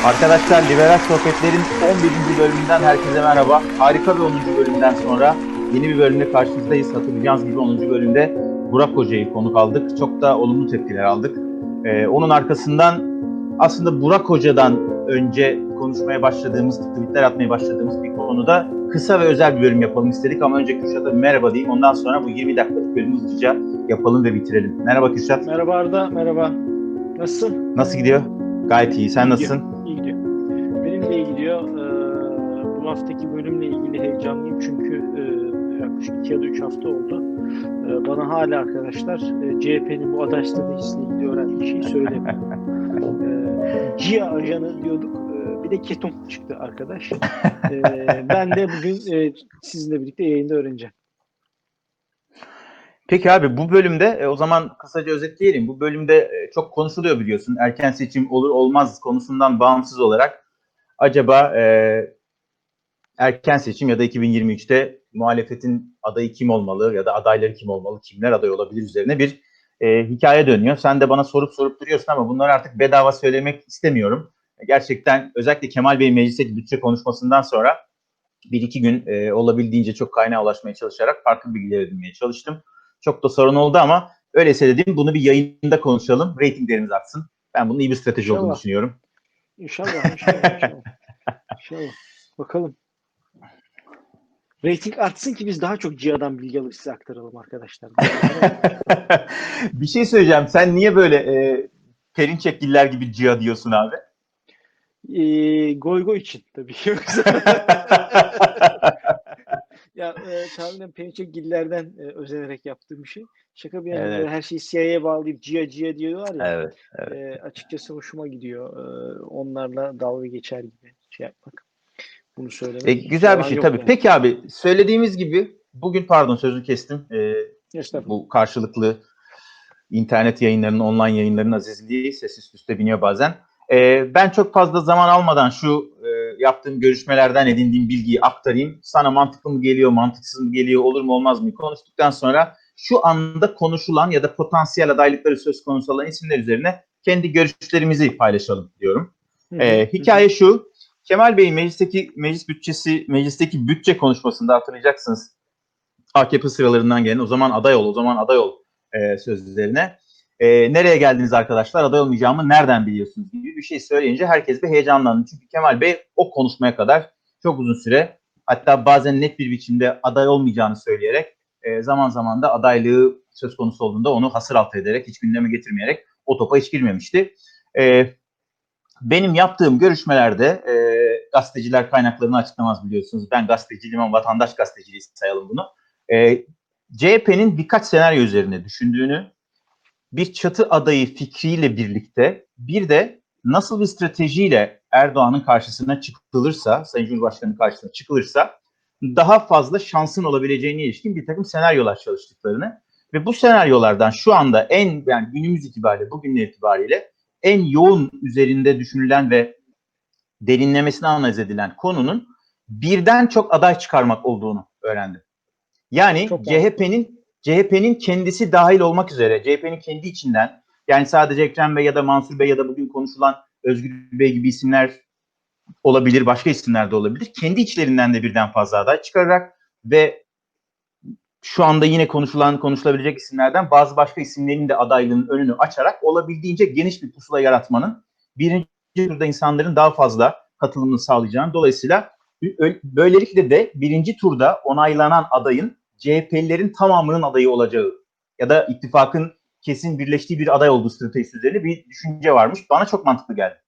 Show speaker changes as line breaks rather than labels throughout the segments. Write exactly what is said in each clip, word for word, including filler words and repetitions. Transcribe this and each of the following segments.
Arkadaşlar Liberal Sohbetler'in on birinci bölümünden herkese merhaba. Harika bir onuncu bölümden sonra yeni bir bölümle karşınızdayız. Hatırlayacağınız gibi onuncu bölümde Burak Hoca'yı konuk aldık. Çok da olumlu tepkiler aldık. Ee, onun arkasından aslında Burak Hoca'dan önce konuşmaya başladığımız, tweetler atmaya başladığımız bir konuda kısa ve özel bir bölüm yapalım istedik. Ama önce Kürşat'a bir merhaba diyeyim. Ondan sonra bu yirmi dakikalık bölümü hızlıca yapalım ve bitirelim. Merhaba Kürşat.
Merhaba Arda, merhaba. Nasılsın?
Nasıl gidiyor? Gayet iyi. Sen
İyi
nasılsın?
gidiyor, iyi gidiyor. Benim de iyi gidiyor. Ee, bu haftaki bölümle ilgili heyecanlıyım çünkü e, yaklaşık iki ya da üç hafta oldu. Ee, bana hala arkadaşlar e, C H P'nin bu aday stratejisiyle ilgili öğrendiği şeyi söylemiyor. Ee, C I A ajanı diyorduk. Ee, bir de keton çıktı arkadaş. Ee, ben de bugün e, sizinle birlikte yayında öğreneceğim.
Peki abi bu bölümde e, o zaman kısaca özetleyelim. Bu bölümde e, çok konuşuluyor biliyorsun. Erken seçim olur olmaz konusundan bağımsız olarak acaba e, erken seçim ya da iki bin yirmi üçte muhalefetin adayı kim olmalı ya da adayları kim olmalı, kimler aday olabilir üzerine bir e, hikaye dönüyor. Sen de bana sorup sorup duruyorsun ama bunları artık bedava söylemek istemiyorum. Gerçekten özellikle Kemal Bey'in meclisteki bütçe konuşmasından sonra bir iki gün e, olabildiğince çok kaynağa ulaşmaya çalışarak farklı bilgiler edinmeye çalıştım. Çok da sorun oldu ama öyleyse dedim bunu bir yayında konuşalım. Ratinglerimiz artsın. Ben bunun iyi bir strateji olduğunu
İnşallah.
düşünüyorum.
İnşallah, inşallah, inşallah. İnşallah. Bakalım. Rating artsın ki biz daha çok C I A'dan bilgi alıp size aktaralım arkadaşlar.
Bir şey söyleyeceğim. Sen niye böyle e, Perinçekgiller gibi C I A diyorsun abi?
Ee, goy goy için tabii. Yoksa ya e, tahminen Perinçekgillerden e, özenerek yaptığım bir şey. Şaka bir yana
Evet,
böyle her şeyi C I A'ya bağlayıp C I A C I A diyorlar ya.
evet, evet.
E, açıkçası hoşuma gidiyor. E, onlarla dalga geçer gibi şey yapmak. Bunu
E,
söylemek.
güzel bir
Yalan
şey
yok
tabii.
yani.
Peki abi söylediğimiz gibi bugün pardon sözü kestim. E,
Estağfurullah.
bu karşılıklı internet yayınlarının, online yayınlarının azizliği ses üst üste biniyor bazen. Ee, ben çok fazla zaman almadan şu e, yaptığım görüşmelerden edindiğim bilgiyi aktarayım. Sana mantıklı mı geliyor, mantıksız mı geliyor, olur mu olmaz mı konuştuktan sonra şu anda konuşulan ya da potansiyel adaylıkları söz konusu olan isimler üzerine kendi görüşlerimizi paylaşalım diyorum.
Hı hı,
Ee,
hı hı.
hikaye şu, Kemal Bey'in meclisteki meclis bütçesi, meclisteki bütçe konuşmasında hatırlayacaksınız. A K P sıralarından gelen o zaman aday ol, o zaman aday ol e, sözlerine. E, nereye geldiniz arkadaşlar, aday olmayacağımı nereden biliyorsunuz gibi bir şey söyleyince herkes bir heyecanlandı. Çünkü Kemal Bey o konuşmaya kadar çok uzun süre hatta bazen net bir biçimde aday olmayacağını söyleyerek e, zaman zaman da adaylığı söz konusu olduğunda onu hasır altı ederek hiç gündeme getirmeyerek o topa hiç girmemişti. E, benim yaptığım görüşmelerde e, gazeteciler kaynaklarını açıklamaz biliyorsunuz. Ben gazeteciliğim ama vatandaş gazeteciliği sayalım bunu. E, C H P'nin birkaç senaryo üzerine düşündüğünü, bir çatı adayı fikriyle birlikte bir de nasıl bir stratejiyle Erdoğan'ın karşısına çıkılırsa, Sayın Cumhurbaşkanı'nın karşısına çıkılırsa daha fazla şansın olabileceğine ilişkin bir takım senaryolar çalıştıklarını ve bu senaryolardan şu anda en yani günümüz itibariyle, bugünler itibariyle en yoğun üzerinde düşünülen ve derinlemesine analiz edilen konunun birden çok aday çıkarmak olduğunu öğrendim. Yani
Çok mantıklı.
C H P'nin C H P'nin kendisi dahil olmak üzere C H P'nin kendi içinden yani sadece Ekrem Bey ya da Mansur Bey ya da bugün konuşulan Özgür Bey gibi isimler olabilir, başka isimler de olabilir. Kendi içlerinden de birden fazla aday çıkararak ve şu anda yine konuşulan, konuşulabilecek isimlerden bazı başka isimlerin de adaylığının önünü açarak olabildiğince geniş bir pusula yaratmanın birinci turda insanların daha fazla katılımını sağlayacağını, dolayısıyla böylelikle de birinci turda onaylanan adayın C H P'lilerin tamamının adayı olacağı ya da ittifakın kesin birleştiği bir aday olduğu stratejisi üzerine bir düşünce varmış. Bana çok mantıklı geldi.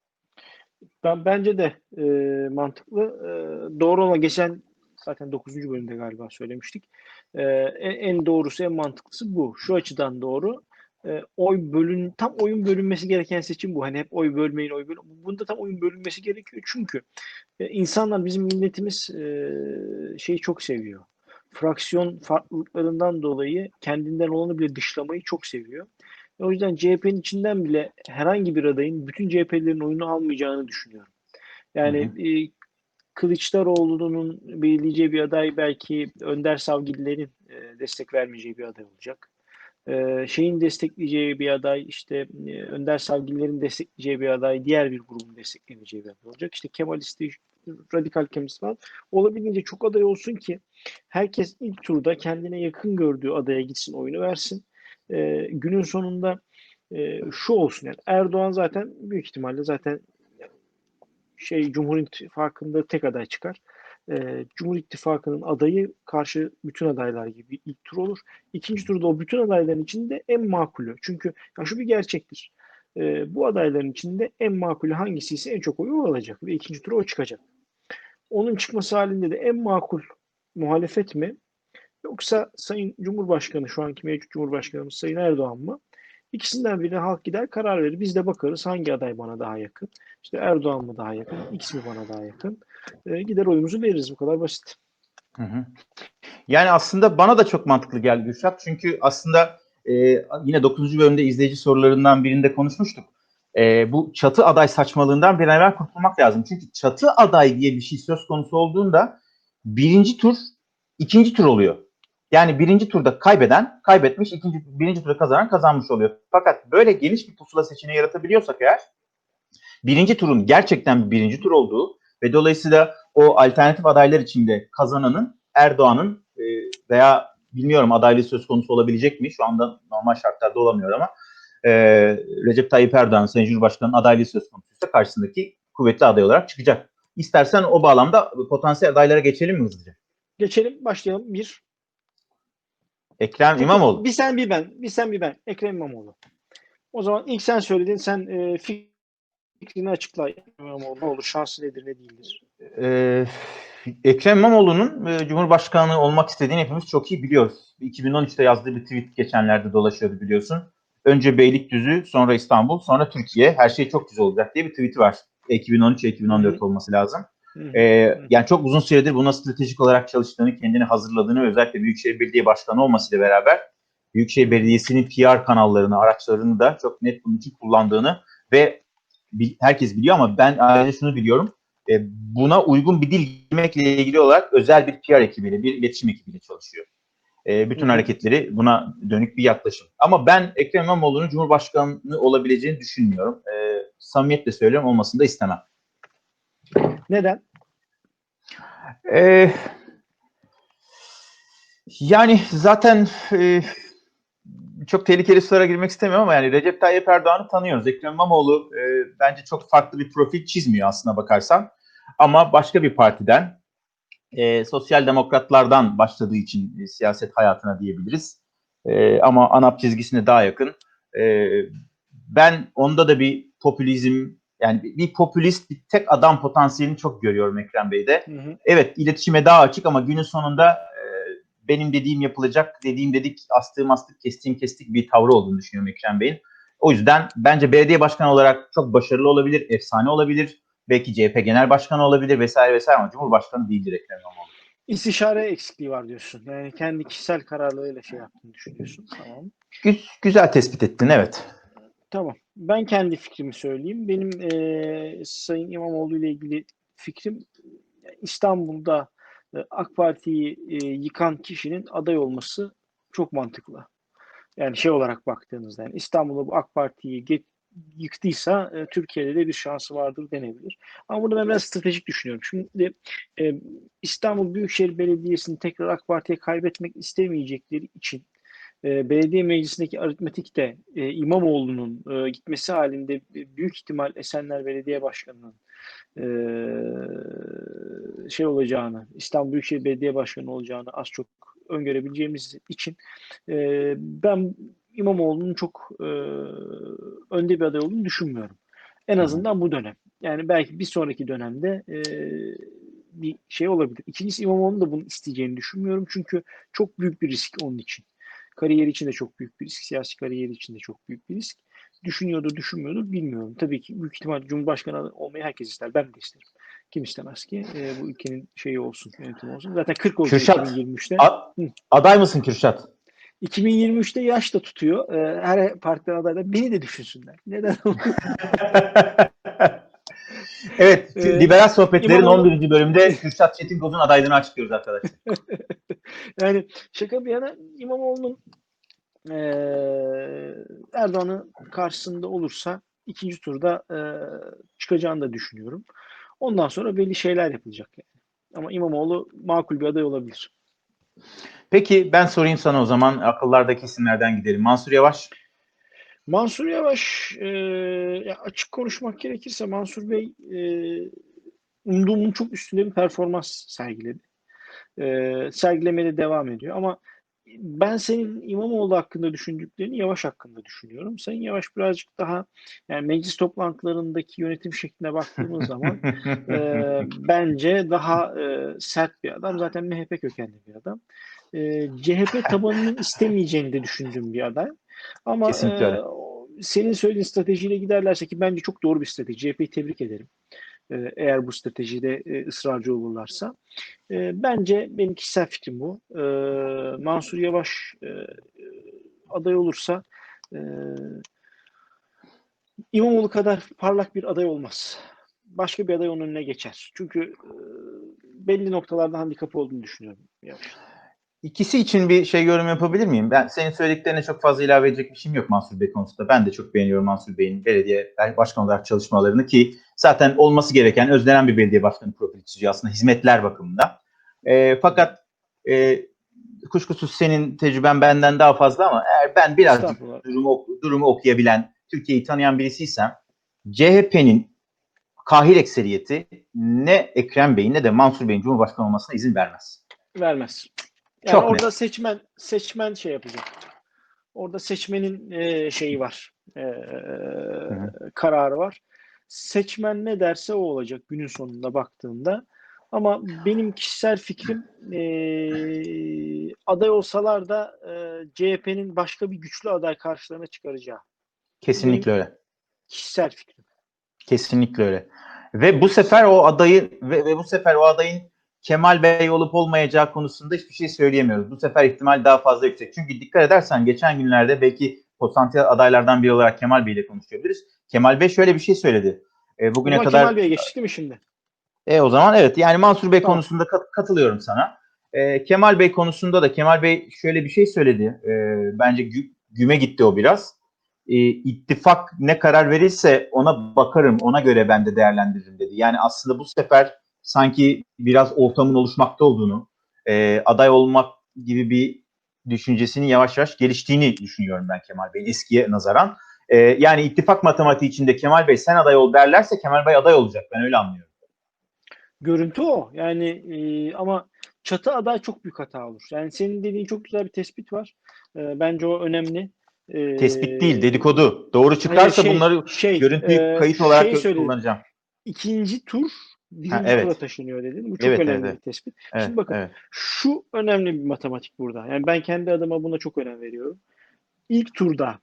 Ben bence de e, mantıklı. E, doğru olan geçen zaten dokuzuncu bölümde galiba söylemiştik. E, en, en doğrusu, en mantıklısı bu. Şu açıdan doğru. E, oy bölün tam oyun bölünmesi gereken seçim bu. Hani hep oy bölmeyin, oy bölün. Bunda tam oyun bölünmesi gerekiyor. Çünkü e, insanlar bizim milletimiz e, şeyi çok seviyor. Fraksiyon farklılıklarından dolayı kendinden olanı bile dışlamayı çok seviyor. O yüzden C H P'nin içinden bile herhangi bir adayın bütün C H P'lilerin oyunu almayacağını düşünüyorum.
Hı
Yani
hı.
e, Kılıçdaroğlu'nun belirleyeceği bir aday belki Önder Savgililerin e, destek vermeyeceği bir aday olacak. e, şeyin destekleyeceği bir aday, işte e, Önder Savgililerin destekleyeceği bir aday, diğer bir grubun destekleyeceği bir aday olacak. İşte Kemalisti, radikal Kemalist falan. Olabildiğince çok aday olsun ki herkes ilk turda kendine yakın gördüğü adaya gitsin, oyunu versin. E, günün sonunda e, şu olsun, yani Erdoğan zaten büyük ihtimalle zaten şey Cumhur İttifakı'nda tek aday çıkar. Ee, Cumhur İttifakı'nın adayı karşı bütün adaylar gibi ilk tur olur. İkinci turda o bütün adayların içinde en makulü. Çünkü ya şu bir gerçektir. Ee, bu adayların içinde en makulü hangisi ise en çok oyu o alacak ve ikinci tura o çıkacak. Onun çıkması halinde de en makul muhalefet mi yoksa Sayın Cumhurbaşkanı, şu anki mevcut Cumhurbaşkanımız Sayın Erdoğan mı? İkisinden birine halk gider karar verir. Biz de bakarız hangi aday bana daha yakın. İşte Erdoğan mı daha yakın, X mi bana daha yakın. E, gider oyumuzu veririz. Bu kadar basit.
Hı hı. Yani aslında bana da çok mantıklı geldi Gülşat. Çünkü aslında e, yine dokuzuncu bölümde izleyici sorularından birinde konuşmuştuk. E, bu çatı aday saçmalığından bir an evvel kurtulmak lazım. Çünkü çatı aday diye bir şey söz konusu olduğunda birinci tur ikinci tur oluyor. Yani birinci turda kaybeden kaybetmiş, ikinci birinci turda kazanan kazanmış oluyor. Fakat böyle geniş bir pusula seçeneği yaratabiliyorsak eğer birinci turun gerçekten birinci tur olduğu ve dolayısıyla o alternatif adaylar içinde kazananın Erdoğan'ın e, veya bilmiyorum adaylığı söz konusu olabilecek mi? Şu anda normal şartlarda olamıyor ama e, Recep Tayyip Erdoğan, Sayın Cumhurbaşkanı'nın adaylığı söz konusuysa karşısındaki kuvvetli aday olarak çıkacak. İstersen o bağlamda potansiyel adaylara geçelim mi hızlıca?
Geçelim, başlayalım. Bir.
Ekrem
Tek,
İmamoğlu.
bir sen bir ben. Bir sen bir ben. Ekrem İmamoğlu. O zaman ilk sen söyledin. Sen e, fikrini açıkla. İmamoğlu ne olur? Şansı nedir, ne değildir?
Ee, Ekrem İmamoğlu'nun e, Cumhurbaşkanı olmak istediğini hepimiz çok iyi biliyoruz. iki bin on üçte yazdığı bir tweet geçenlerde dolaşıyordu biliyorsun. Önce Beylikdüzü, sonra İstanbul, sonra Türkiye. Her şey çok güzel olacak diye bir tweet'i var. iki bin on üç iki bin on dört olması lazım.
Hı hı.
Ee,
Hı hı.
yani çok uzun süredir buna stratejik olarak çalıştığını, kendini hazırladığını ve özellikle Büyükşehir Belediye Başkanı olmasıyla beraber Büyükşehir Belediyesi'nin P R kanallarını, araçlarını da çok net bunun için kullandığını ve herkes biliyor ama ben ayrıca şunu biliyorum. E, buna uygun bir dil girmekle ilgili olarak özel bir P R ekibiyle, bir iletişim ekibiyle çalışıyor. E, bütün
Hı hı.
hareketleri buna dönük bir yaklaşım. Ama ben Ekrem İmamoğlu'nun Cumhurbaşkanı olabileceğini düşünmüyorum. E, samimiyetle söylüyorum, olmasını da istemem.
Neden?
E, yani zaten e, çok tehlikeli sulara girmek istemiyorum ama yani Recep Tayyip Erdoğan'ı tanıyoruz. Ekrem İmamoğlu e, bence çok farklı bir profil çizmiyor aslına bakarsan. Ama başka bir partiden, e, sosyal demokratlardan başladığı için e, siyaset hayatına diyebiliriz. E, ama ANAP çizgisine daha yakın. E, ben onda da bir popülizm, yani bir, bir popülist, bir tek adam potansiyelini çok görüyorum Ekrem Bey'de.
Hı hı.
Evet, iletişime daha açık ama günün sonunda e, benim dediğim yapılacak, dediğim dedik, astığım astık, kestiğim kestik bir tavrı olduğunu düşünüyorum Ekrem Bey'in. O yüzden bence belediye başkanı olarak çok başarılı olabilir, efsane olabilir. Belki C H P genel başkanı olabilir vesaire vesaire ama Cumhurbaşkanı değildir Ekrem İmamoğlu.
İstişare eksikliği var diyorsun. Yani kendi kişisel kararlarıyla şey yaptığını düşünüyorsun. Tamam.
Gü- güzel tespit ettin, evet.
Tamam. Ben kendi fikrimi söyleyeyim. Benim e, Sayın İmamoğlu ile ilgili fikrim, İstanbul'da e, AK Parti'yi e, yıkan kişinin aday olması çok mantıklı. Yani şey olarak baktığınızda, yani İstanbul'da bu AK Parti'yi get, yıktıysa e, Türkiye'de de bir şansı vardır denebilir. Ama bunu ben biraz stratejik düşünüyorum. Şimdi e, İstanbul Büyükşehir Belediyesi'ni tekrar AK Parti'ye kaybetmek istemeyecekleri için e, belediye meclisindeki aritmetik de e, İmamoğlu'nun e, gitmesi halinde büyük ihtimal Esenler Belediye Başkanı'nın e, şey olacağını, İstanbul Büyükşehir Belediye Başkanı olacağını az çok öngörebileceğimiz için e, ben İmamoğlu'nun çok e, önde bir aday olduğunu düşünmüyorum. En
Hı hı.
azından bu dönem. Yani belki bir sonraki dönemde e, bir şey olabilir. İkincisi, İmamoğlu'nun da bunu isteyeceğini düşünmüyorum. Çünkü çok büyük bir risk onun için. Kariyeri için de çok büyük bir risk. Siyasi kariyeri için de çok büyük bir risk. Düşünüyordur, düşünmüyordur bilmiyorum. Tabii ki büyük ihtimal Cumhurbaşkanı olmayı herkes ister. Ben de isterim. Kim istemez ki e, bu ülkenin şeyi olsun, yönetimi olsun. Zaten kırk olacak
Kürşat,
iki bin yirmi üçte.
a-
Hı.
aday mısın Kürşat?
iki bin yirmi üçte yaş da tutuyor. E, her partiden adaylar beni de düşünsünler. Neden?
Evet,
e,
Liberal Sohbetler'in
İmamoğlu
on birinci bölümde Kürşat Çetinkoz'un adaylığını açıklıyoruz arkadaşlar.
yani şaka bir yana İmamoğlu'nun e, Erdoğan'ın karşısında olursa ikinci turda e, çıkacağını da düşünüyorum. Ondan sonra belli şeyler yapılacak yani. Ama İmamoğlu makul bir aday olabilir.
Peki ben sorayım sana o zaman, akıllardaki isimlerden gidelim. Mansur Yavaş.
Mansur Yavaş, e, ya açık konuşmak gerekirse Mansur Bey e, umduğumun çok üstünde bir performans sergiledi. E, sergilemeye de devam ediyor. Ama ben senin İmamoğlu hakkında düşündüklerini Yavaş hakkında düşünüyorum. Sayın Yavaş birazcık daha, yani meclis toplantılarındaki yönetim şekline baktığımız zaman e, bence daha e, sert bir adam. Zaten M H P kökenli bir adam. E, C H P tabanının istemeyeceğini de düşündüğüm bir aday. Ama e,
Kesinlikle öyle.
senin söylediğin stratejiyle giderlerse, ki bence çok doğru bir strateji. C H P'yi tebrik ederim. E, eğer bu stratejide e, ısrarcı olurlarsa. E, bence benim kişisel fikrim bu. E, Mansur Yavaş e, aday olursa e, İmamoğlu kadar parlak bir aday olmaz. Başka bir aday onun önüne geçer. Çünkü e, belli noktalarda handikapı olduğunu düşünüyorum Yavaş'ın.
İkisi için bir şey yorum yapabilir miyim? Ben senin söylediklerine çok fazla ilave edecek bir şeyim yok Mansur Bey konusunda. Ben de çok beğeniyorum Mansur Bey'in belediye başkan olarak çalışmalarını, ki zaten olması gereken özlenen bir belediye başkanı profili çiziyor aslında hizmetler bakımından. E, fakat e, kuşkusuz senin tecrüben benden daha fazla, ama eğer ben birazcık
Estağfurullah.
durumu, durumu okuyabilen, Türkiye'yi tanıyan birisiysem, C H P'nin kahir ekseriyeti ne Ekrem Bey'in ne de Mansur Bey'in Cumhurbaşkanı olmasına izin vermez.
Vermez. Yani
Çok
orada
net.
seçmen seçmen şey yapacak. Orada seçmenin e, şeyi var. E,
Hı hı.
kararı var. Seçmen ne derse o olacak günün sonunda baktığında. Ama benim kişisel fikrim, e, aday olsalar da e, C H P'nin başka bir güçlü aday karşılarına çıkaracağı. Bu benim
Kesinlikle öyle.
kişisel fikrim.
Kesinlikle öyle. Ve bu sefer o adayı ve, ve bu sefer o adayın Kemal Bey olup olmayacağı konusunda hiçbir şey söyleyemiyoruz. Bu sefer ihtimal daha fazla yüksek. Çünkü dikkat edersen geçen günlerde belki potansiyel adaylardan biri olarak Kemal Bey ile konuşabiliriz. Kemal Bey şöyle bir şey söyledi. E,
O
bugüne
zaman Kemal
kadar
Bey'e geçtik değil mi şimdi?
e, o zaman evet, yani Mansur Bey
Tamam.
konusunda kat, katılıyorum sana. E, Kemal Bey konusunda da Kemal Bey şöyle bir şey söyledi. E, bence gü, güme gitti o biraz. E, ittifak ne karar verirse ona bakarım, ona göre ben de değerlendiririm dedi. Yani aslında bu sefer sanki biraz ortamın oluşmakta olduğunu, e, aday olmak gibi bir düşüncesinin yavaş yavaş geliştiğini düşünüyorum ben Kemal Bey'in eskiye nazaran. E, yani ittifak matematiği içinde Kemal Bey sen aday ol derlerse Kemal Bey aday olacak. Ben öyle anlıyorum.
Görüntü o. Yani e, ama çatı aday çok büyük hata olur. Yani senin dediğin çok güzel bir tespit var. E, bence o önemli. E,
Tespit değil, dedikodu. Doğru
hayır
çıkarsa
şey
bunları
şey
görüntülü
e,
kayıt
şey
olarak
söyledim.
kullanacağım.
İkinci tur
Ha,
birinci tura
evet.
taşınıyor dedin. Bu çok
Evet,
önemli bir
evet,
tespit. Şimdi
evet,
bakın,
evet.
şu önemli bir matematik burada. Yani ben kendi adıma buna çok önem veriyorum. İlk turda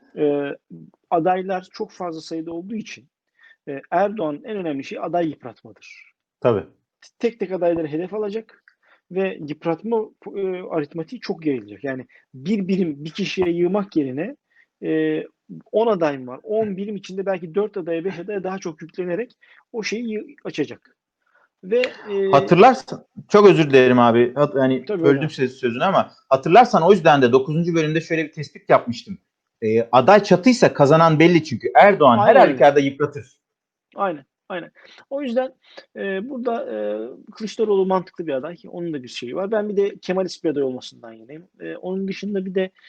e, adaylar çok fazla sayıda olduğu için e, Erdoğan'ın en önemli şeyi aday yıpratmadır.
Tabii.
Tek tek adayları hedef alacak ve yıpratma e, aritmatiği çok yayılacak. Yani bir birim bir kişiye yığmak yerine e, on aday mı var? on birim içinde belki dört adaya beş adaya daha çok yüklenerek o şeyi açacak. Ve e,
Hatırlarsan, çok özür dilerim abi. Hat- Yani
tabii
böldüm
hocam.
size sözünü, ama hatırlarsan o yüzden de dokuzuncu bölümde şöyle bir tespit yapmıştım. Ee, aday çatıysa kazanan belli çünkü. Erdoğan her
Aynen öyle.
halükarda yıpratır.
Aynen. Aynen. O yüzden e, burada e, Kılıçdaroğlu mantıklı bir aday. Onun da bir şeyi var. Ben bir de Kemalist bir aday olmasından yanayım. E, onun dışında bir de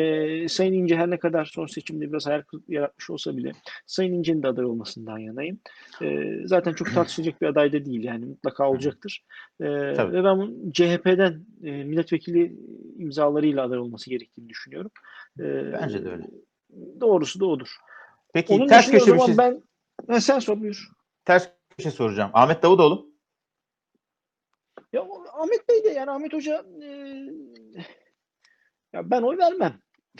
e, Sayın İnce her ne kadar son seçimde biraz hayal kırıklığı yaratmış olsa bile Sayın İnce'nin de aday olmasından yanayım. E, zaten çok tartışılacak bir aday da değil. Yani mutlaka olacaktır. E,
Tabii.
ve ben bunun C H P'den e, milletvekili imzalarıyla aday olması gerektiğini düşünüyorum. E,
Bence de öyle.
doğrusu da odur.
Peki
Onun
ters
dışında o
köşe bir
zaman
şey
ben, ha, sen sor buyur.
ters köşe soracağım. Ahmet Davutoğlu.
Ya Ahmet Bey de, yani Ahmet Hoca, e, ya ben oy vermem.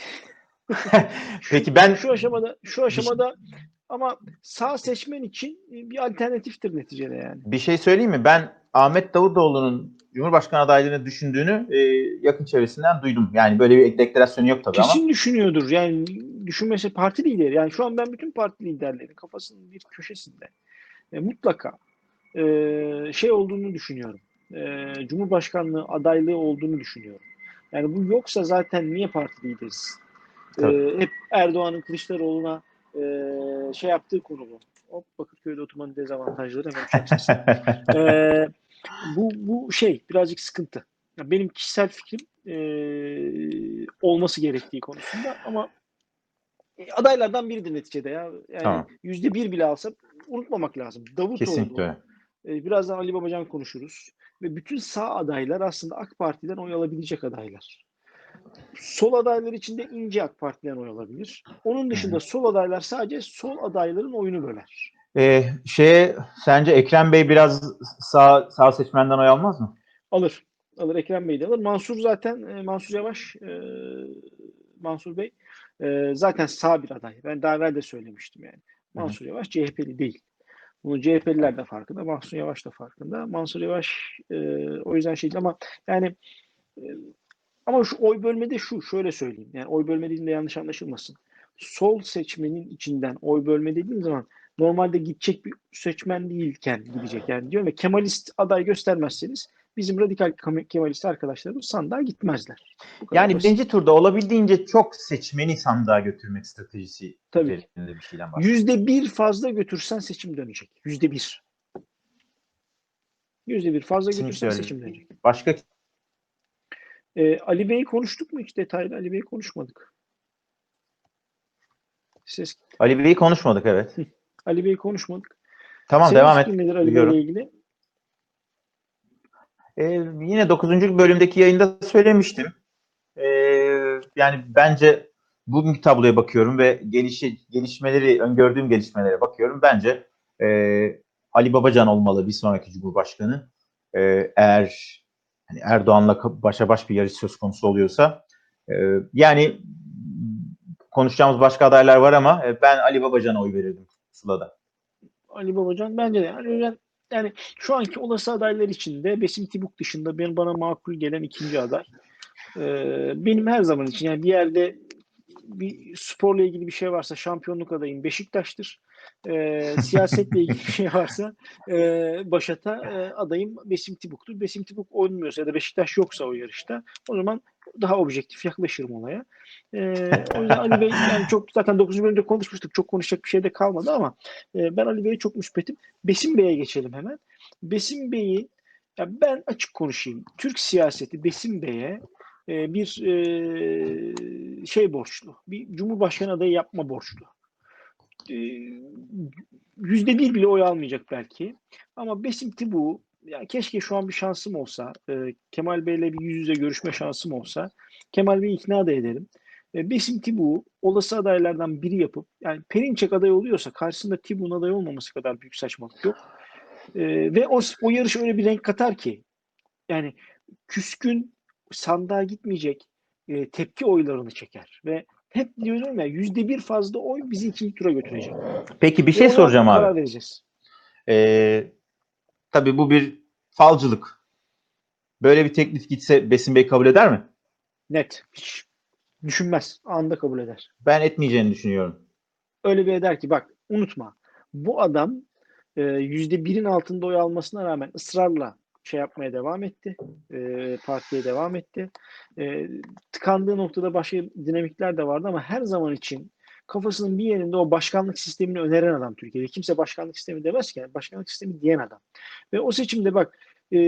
Şu
Peki ben
şu aşamada şu
bir, şey-
aşamada ama sağ seçmen için bir alternatiftir neticede yani.
bir şey söyleyeyim mi? Ben Ahmet Davutoğlu'nun Cumhurbaşkanı adaylığını düşündüğünü e, yakın çevresinden duydum. Yani böyle bir deklarasyonu yok tabii ama
Kesin düşünüyordur. Yani düşünmesi parti lideri. Yani şu an ben bütün parti liderlerin kafasının bir köşesinde e, mutlaka e, şey olduğunu düşünüyorum. E, Cumhurbaşkanlığı adaylığı olduğunu düşünüyorum. Yani bu yoksa zaten niye parti lideriz? Ee,
Tabii.
hep Erdoğan'ın Kılıçdaroğlu'na e, şey yaptığı konu bu. Hop, Bakırköy'de oturmanın dezavantajları, hemen uçak sesi. Ee, bu, bu şey birazcık sıkıntı. Ya benim kişisel fikrim e, olması gerektiği konusunda, ama e, adaylardan biridir neticede ya. Yani
Tamam.
yüzde bir bile alsa unutmamak lazım.
Kesinlikle
Davutoğlu,
öyle.
e, birazdan Ali Babacan konuşuruz. Ve bütün sağ adaylar aslında AK Parti'den oy alabilecek adaylar. Sol adaylar için de ince AK Parti'den oy alabilir. Onun
Hı hı.
dışında sol adaylar sadece sol adayların oyunu böler.
Ee, şeye, sence Ekrem Bey biraz sağ, sağ seçmenden oy almaz mı?
Alır. Alır. Ekrem Bey de alır. Mansur zaten, e, Mansur Yavaş, e, Mansur Bey e, zaten sağ bir aday. Ben daha evvel de söylemiştim yani.
Hı hı.
Mansur Yavaş C H P'li değil. Bunu C H P'liler de farkında. Mansur Yavaş da farkında. Mansur Yavaş e, o yüzden şey değil, ama yani e, ama şu oy bölmede şu, şöyle söyleyeyim. Yani oy bölme dediğimde yanlış anlaşılmasın. Sol seçmenin içinden oy bölme dediğim zaman normalde gidecek bir seçmen değilken gidecek. Yani diyorum ya, Kemalist aday göstermezseniz bizim radikal Kemalist arkadaşlarımız sandığa gitmezler. Bu kadar
Yani
basit.
birinci turda olabildiğince çok seçmeni sandığa götürmek stratejisi
Tabii ki.
üzerinde bir şeyden bahsediyoruz.
Yüzde bir fazla götürsen seçim dönecek. Yüzde bir. Yüzde bir fazla
Kesinlikle
götürsen
öyle.
seçim dönecek.
Başka
Ee, Ali Bey'i konuştuk mu hiç detaylı? Ali Bey'i konuşmadık. Ses
Ali Bey'i konuşmadık, evet.
Ali Bey'i konuşmadık.
Tamam,
Senin
devam et.
fikrin nedir Ali Bey'le
Duyuyorum.
ilgili?
Ee, yine dokuzuncu bölümdeki yayında söylemiştim. Ee, yani bence bugünkü tabloya bakıyorum ve gelişi, gelişmeleri, öngördüğüm gelişmelere bakıyorum. Bence e, Ali Babacan olmalı bir sonraki Cumhurbaşkanı. Ee, eğer hani Erdoğan'la başa baş bir yarış söz konusu oluyorsa. Ee, yani konuşacağımız başka adaylar var ama ben Ali Babacan'a oy verirdim Pusula'da.
Ali Babacan bence de. Yani, ben, yani şu anki olası adaylar içinde Besim Tibuk dışında benim bana makul gelen ikinci aday. Ee, benim her zaman için, yani bir yerde bir sporla ilgili bir şey varsa şampiyonluk adayım Beşiktaş'tır. Ee, siyasetle ilgili bir şey varsa e, Başat'a e, adayım Besim Tibuk'tur. Besim Tibuk olmuyorsa ya da Beşiktaş yoksa o yarışta, o zaman daha objektif yaklaşırım olaya. Ee, o yüzden Ali Bey, yani çok zaten dokuzuncu bölümde konuşmuştuk. Çok konuşacak bir şey de kalmadı, ama e, ben Ali Bey'e çok müspetim. Besim Bey'e geçelim hemen. Besim Bey'i, ya ben açık konuşayım. Türk siyaseti Besim Bey'e e, bir e, şey borçlu. Bir Cumhurbaşkanı adayı yapma borçlu. E, Yüzde bir bile oy almayacak belki. Ama Besim Tibuk'u, ya keşke şu an bir şansım olsa, e, Kemal Bey'le bir yüz yüze görüşme şansım olsa, Kemal Bey'i ikna da ederim. E, Besim Tibuk'u olası adaylardan biri yapıp, yani Perinçek aday oluyorsa karşısında Tibuk'un aday olmaması kadar büyük saçmalık yok. E, ve o, o yarış öyle bir renk katar ki, yani küskün, sandığa gitmeyecek e, tepki oylarını çeker. Ve hep diyorum ya, yüzde bir fazla oy bizi ikinci tura götürecek.
Peki bir
Ve
şey
ona
soracağım abi.
karar vereceğiz.
Ee, tabii bu bir falcılık. Böyle bir teklif gitse Besim Bey kabul eder mi?
Net. Hiç düşünmez. Anında kabul eder.
Ben etmeyeceğini düşünüyorum.
Öyle bir eder ki, bak unutma. Bu adam e, yüzde birin altında oy almasına rağmen ısrarla şey yapmaya devam etti. E, partiye devam etti. E, tıkandığı noktada başka dinamikler de vardı, ama her zaman için kafasının bir yerinde o başkanlık sistemini öneren adam Türkiye'de. Kimse başkanlık sistemi demez ki. Yani başkanlık sistemi diyen adam. Ve o seçimde bak, e,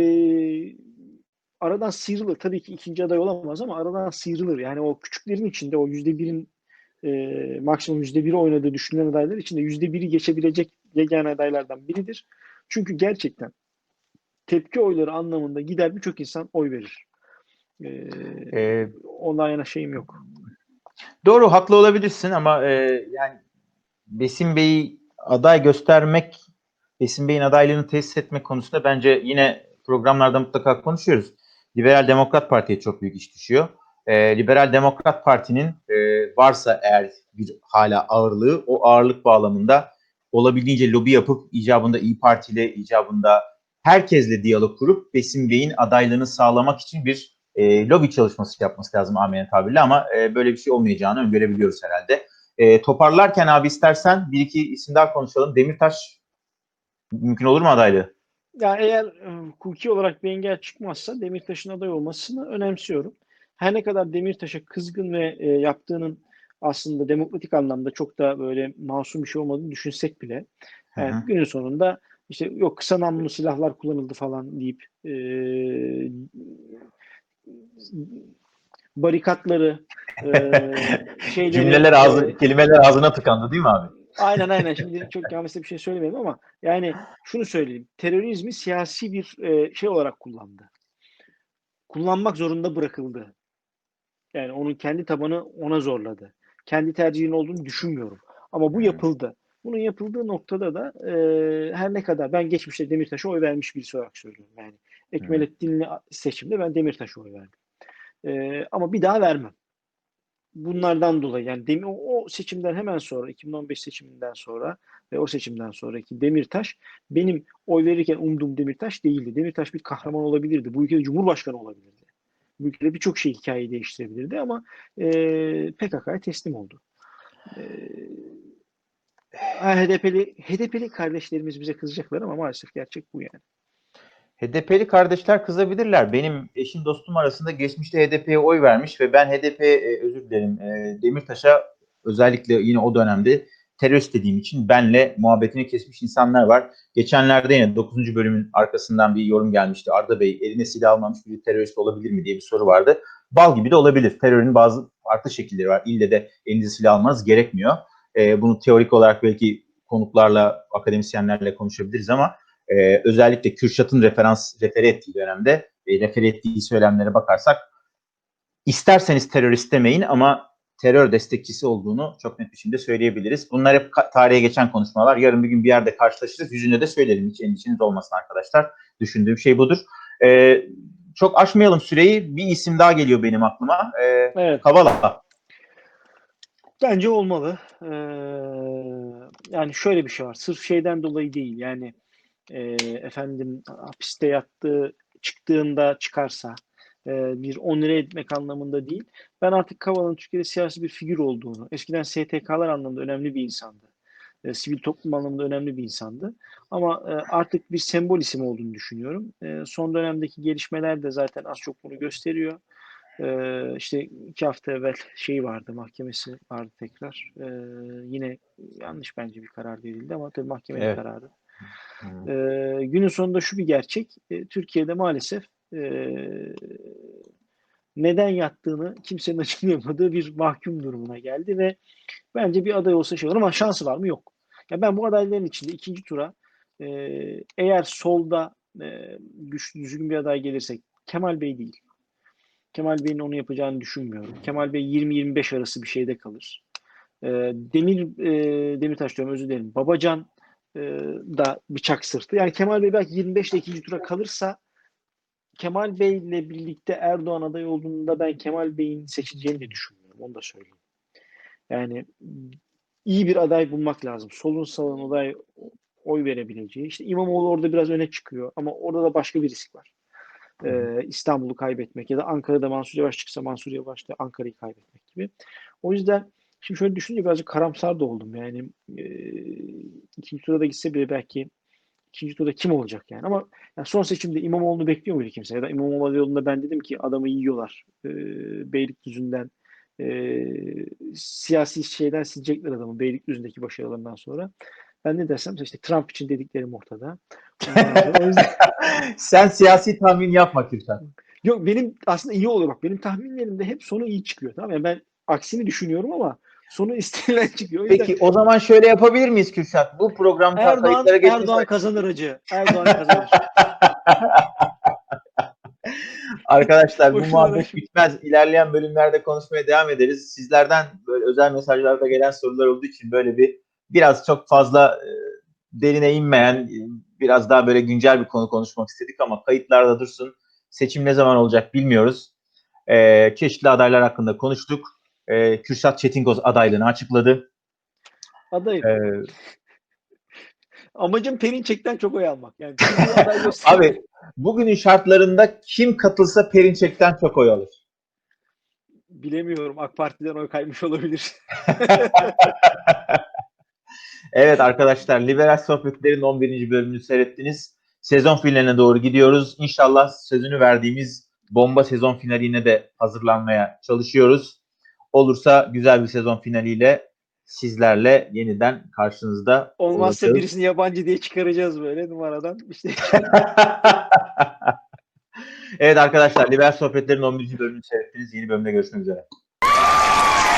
aradan sıyrılır. Tabii ki ikinci aday olamaz, ama aradan sıyrılır. Yani o küçüklerin içinde, o yüzde birin e, maksimum yüzde biri oynadığı düşünülen adaylar içinde yüzde biri geçebilecek yegane adaylardan biridir. Çünkü gerçekten tepki oyları anlamında gider birçok insan oy verir. E,
Ee,
Ondan yana şeyim yok.
doğru, haklı olabilirsin ama e, yani Besim Bey'i aday göstermek, Besim Bey'in adaylığını tesis etmek konusunda bence yine programlarda mutlaka konuşuyoruz. Liberal Demokrat Parti'ye çok büyük iş düşüyor. E, Liberal Demokrat Parti'nin e, varsa eğer bir hala ağırlığı, o ağırlık bağlamında olabildiğince lobi yapıp icabında İyi Parti ile, icabında herkesle diyalog kurup Besim Bey'in adaylığını sağlamak için bir e, lobi çalışması yapması lazım amelen tabirle, ama e, böyle bir şey olmayacağını öngörebiliyoruz herhalde. E, toparlarken abi istersen bir iki isim daha konuşalım. Demirtaş mümkün olur mu adaylığı?
Ya eğer e, hukuki olarak bir engel çıkmazsa Demirtaş'ın aday olmasını önemsiyorum. her ne kadar Demirtaş'a kızgın ve e, yaptığının aslında demokratik anlamda çok da böyle masum bir şey olmadığını düşünsek bile
Hı
yani
hı.
günün sonunda işte yok kısa namlulu silahlar kullanıldı falan deyip e, barikatları e, şeyleri
Cümleler ağzı,
e,
kelimeler ağzına tıkandı değil mi abi?
aynen aynen şimdi çok yanlış bir şey söylemeyelim ama yani şunu söyleyeyim terörizmi siyasi bir e, şey olarak kullandı. Kullanmak zorunda bırakıldı. Yani onun kendi tabanı ona zorladı. Kendi tercihinin olduğunu düşünmüyorum. Ama bu
Hı
yapıldı. Bunun yapıldığı noktada da e, her ne kadar ben geçmişte Demirtaş'a oy vermiş birisi olarak söylüyorum. Yani
hı.
Ekmelettin'li seçimde ben Demirtaş'a oy verdim. E, ama bir daha vermem. Bunlardan dolayı yani Demir, o, o seçimden hemen sonra iki bin on beş seçiminden sonra ve o seçimden sonraki Demirtaş benim oy verirken umduğum Demirtaş değildi. Demirtaş bir kahraman olabilirdi. Bu ülkede Cumhurbaşkanı olabilirdi. Bu ülkede birçok şey hikayeyi değiştirebilirdi ama e, P K K'ya teslim oldu. E, H D P'li H D P'li kardeşlerimiz bize kızacaklar ama maalesef gerçek bu yani.
H D P'li kardeşler kızabilirler. Benim eşim dostum arasında geçmişte H D P'ye oy vermiş ve ben H D P e, özür dilerim e, Demirtaş'a özellikle yine o dönemde terörist dediğim için benle muhabbetini kesmiş insanlar var. Geçenlerde yine dokuzuncu bölümün arkasından bir yorum gelmişti. Arda Bey eline silah almamış bir terörist olabilir mi diye bir soru vardı. Bal gibi de olabilir. Terörün bazı farklı şekilleri var. İlle de elinize silah almanız gerekmiyor. E, bunu teorik olarak belki konuklarla, akademisyenlerle konuşabiliriz ama Ee, özellikle Kürşat'ın referans refere ettiği dönemde e, refere ettiği söylemlere bakarsak isterseniz terörist demeyin ama terör destekçisi olduğunu çok net biçimde söyleyebiliriz. Bunlar hep ka- tarihe geçen konuşmalar. Yarın bir gün bir yerde karşılaşırız. Yüzünde de söylerim. Hiç endişeniz olmasın arkadaşlar. Düşündüğüm şey budur. Ee, çok aşmayalım süreyi. Bir isim daha geliyor benim aklıma. Ee,
Evet.
Kavala.
Bence olmalı. Ee, yani şöyle bir şey var. Sırf şeyden dolayı değil. Yani e, efendim hapiste yattığı çıktığında çıkarsa e, bir onure etmek anlamında değil. Ben artık Kavala'nın Türkiye'de siyasi bir figür olduğunu, eskiden S T K'lar anlamında önemli bir insandı. E, sivil toplum anlamında önemli bir insandı. Ama e, artık bir sembol isim olduğunu düşünüyorum. E, son dönemdeki gelişmeler de zaten az çok bunu gösteriyor. Ee, işte iki hafta evvel şey vardı, mahkemesi vardı tekrar. Ee, yine yanlış bence bir karar verildi ama tabii mahkemenin
Evet.
kararı.
Hmm.
Ee, günün sonunda şu bir gerçek, e, Türkiye'de maalesef e, neden yattığını kimsenin açıklayamadığı bir mahkum durumuna geldi ve bence bir aday olsa şey olur ama şansı var mı? Yok. Ya ben bu adayların içinde ikinci tura e, eğer solda e, güçlü düzgün bir aday gelirse Kemal Bey değil. Kemal Bey'in onu yapacağını düşünmüyorum. Kemal Bey yirmi yirmi beş arası bir şeyde kalır. E, Demir e, Demirtaş diyorum özür dilerim. Babacan e, da bıçak sırtı. Yani Kemal Bey belki yirmi beşte ikinci tura kalırsa Kemal Bey ile birlikte Erdoğan aday olduğunda ben Kemal Bey'in seçileceğini de düşünmüyorum. Onu da söyleyeyim. Yani iyi bir aday bulmak lazım. Solun sağın aday oy verebileceği. İşte İmamoğlu orada biraz öne çıkıyor ama orada da başka bir risk var. Ee, İstanbul'u kaybetmek ya da Ankara'da Mansur Yavaş çıksa Mansur Yavaş da Ankara'yı kaybetmek gibi. O yüzden şimdi şöyle düşününce birazcık karamsar da oldum. Yani e, ikinci tura da gitse bile belki ikinci turda kim olacak yani. Ama yani son seçimde İmamoğlu'nu bekliyor muydu kimse? Ya da İmamoğlu yolunda ben dedim ki adamı yiyorlar. E, Beylikdüzü'nden e, siyasi şeyden silecekler adamı Beylikdüzü'ndeki başarılarından sonra. Ben ne dersem işte Trump için dediklerim ortada. Ondan sonra o yüzden
Sen siyasi tahmin yapma Kürşat.
yok benim aslında iyi oluyor bak. Benim tahminlerimde hep sonu iyi çıkıyor. Tamam mı? Yani ben aksini düşünüyorum ama sonu istenilen çıkıyor. O yüzden
Peki o zaman şöyle yapabilir miyiz Kürşat? Bu program ta-
Erdoğan
kayıtlara geçmesi
Erdoğan kazanır hacı. Erdoğan kazanır.
Arkadaşlar bu
Boşuna
muhabbet
uğraşma.
bitmez. İlerleyen bölümlerde konuşmaya devam ederiz. Sizlerden böyle özel mesajlarda gelen sorular olduğu için böyle bir biraz çok fazla e, derine inmeyen e, biraz daha böyle güncel bir konu konuşmak istedik ama kayıtlarda dursun. Seçim ne zaman olacak bilmiyoruz. E, çeşitli adaylar hakkında konuştuk. E, Kürşat Çetinkoz adaylığını açıkladı.
Adayım.
E,
Amacım Perinçek'ten çok oy almak. Yani bizi aday göster.
abi bugünün şartlarında kim katılsa Perinçek'ten çok oy alır.
Bilemiyorum. AK Parti'den oy kaymış olabilir.
Evet arkadaşlar, Liberal Sohbetler'in on birinci bölümünü seyrettiniz. Sezon finaline doğru gidiyoruz. İnşallah sözünü verdiğimiz bomba sezon finaline de hazırlanmaya çalışıyoruz. Olursa güzel bir sezon finaliyle sizlerle yeniden karşınızda
Olmazsa
olacağız.
birisini yabancı diye çıkaracağız böyle numaradan. İşte
Evet arkadaşlar, Liber Sohbetler'in on birinci bölümünü seyrettiniz. Yeni bölümde görüşmek üzere.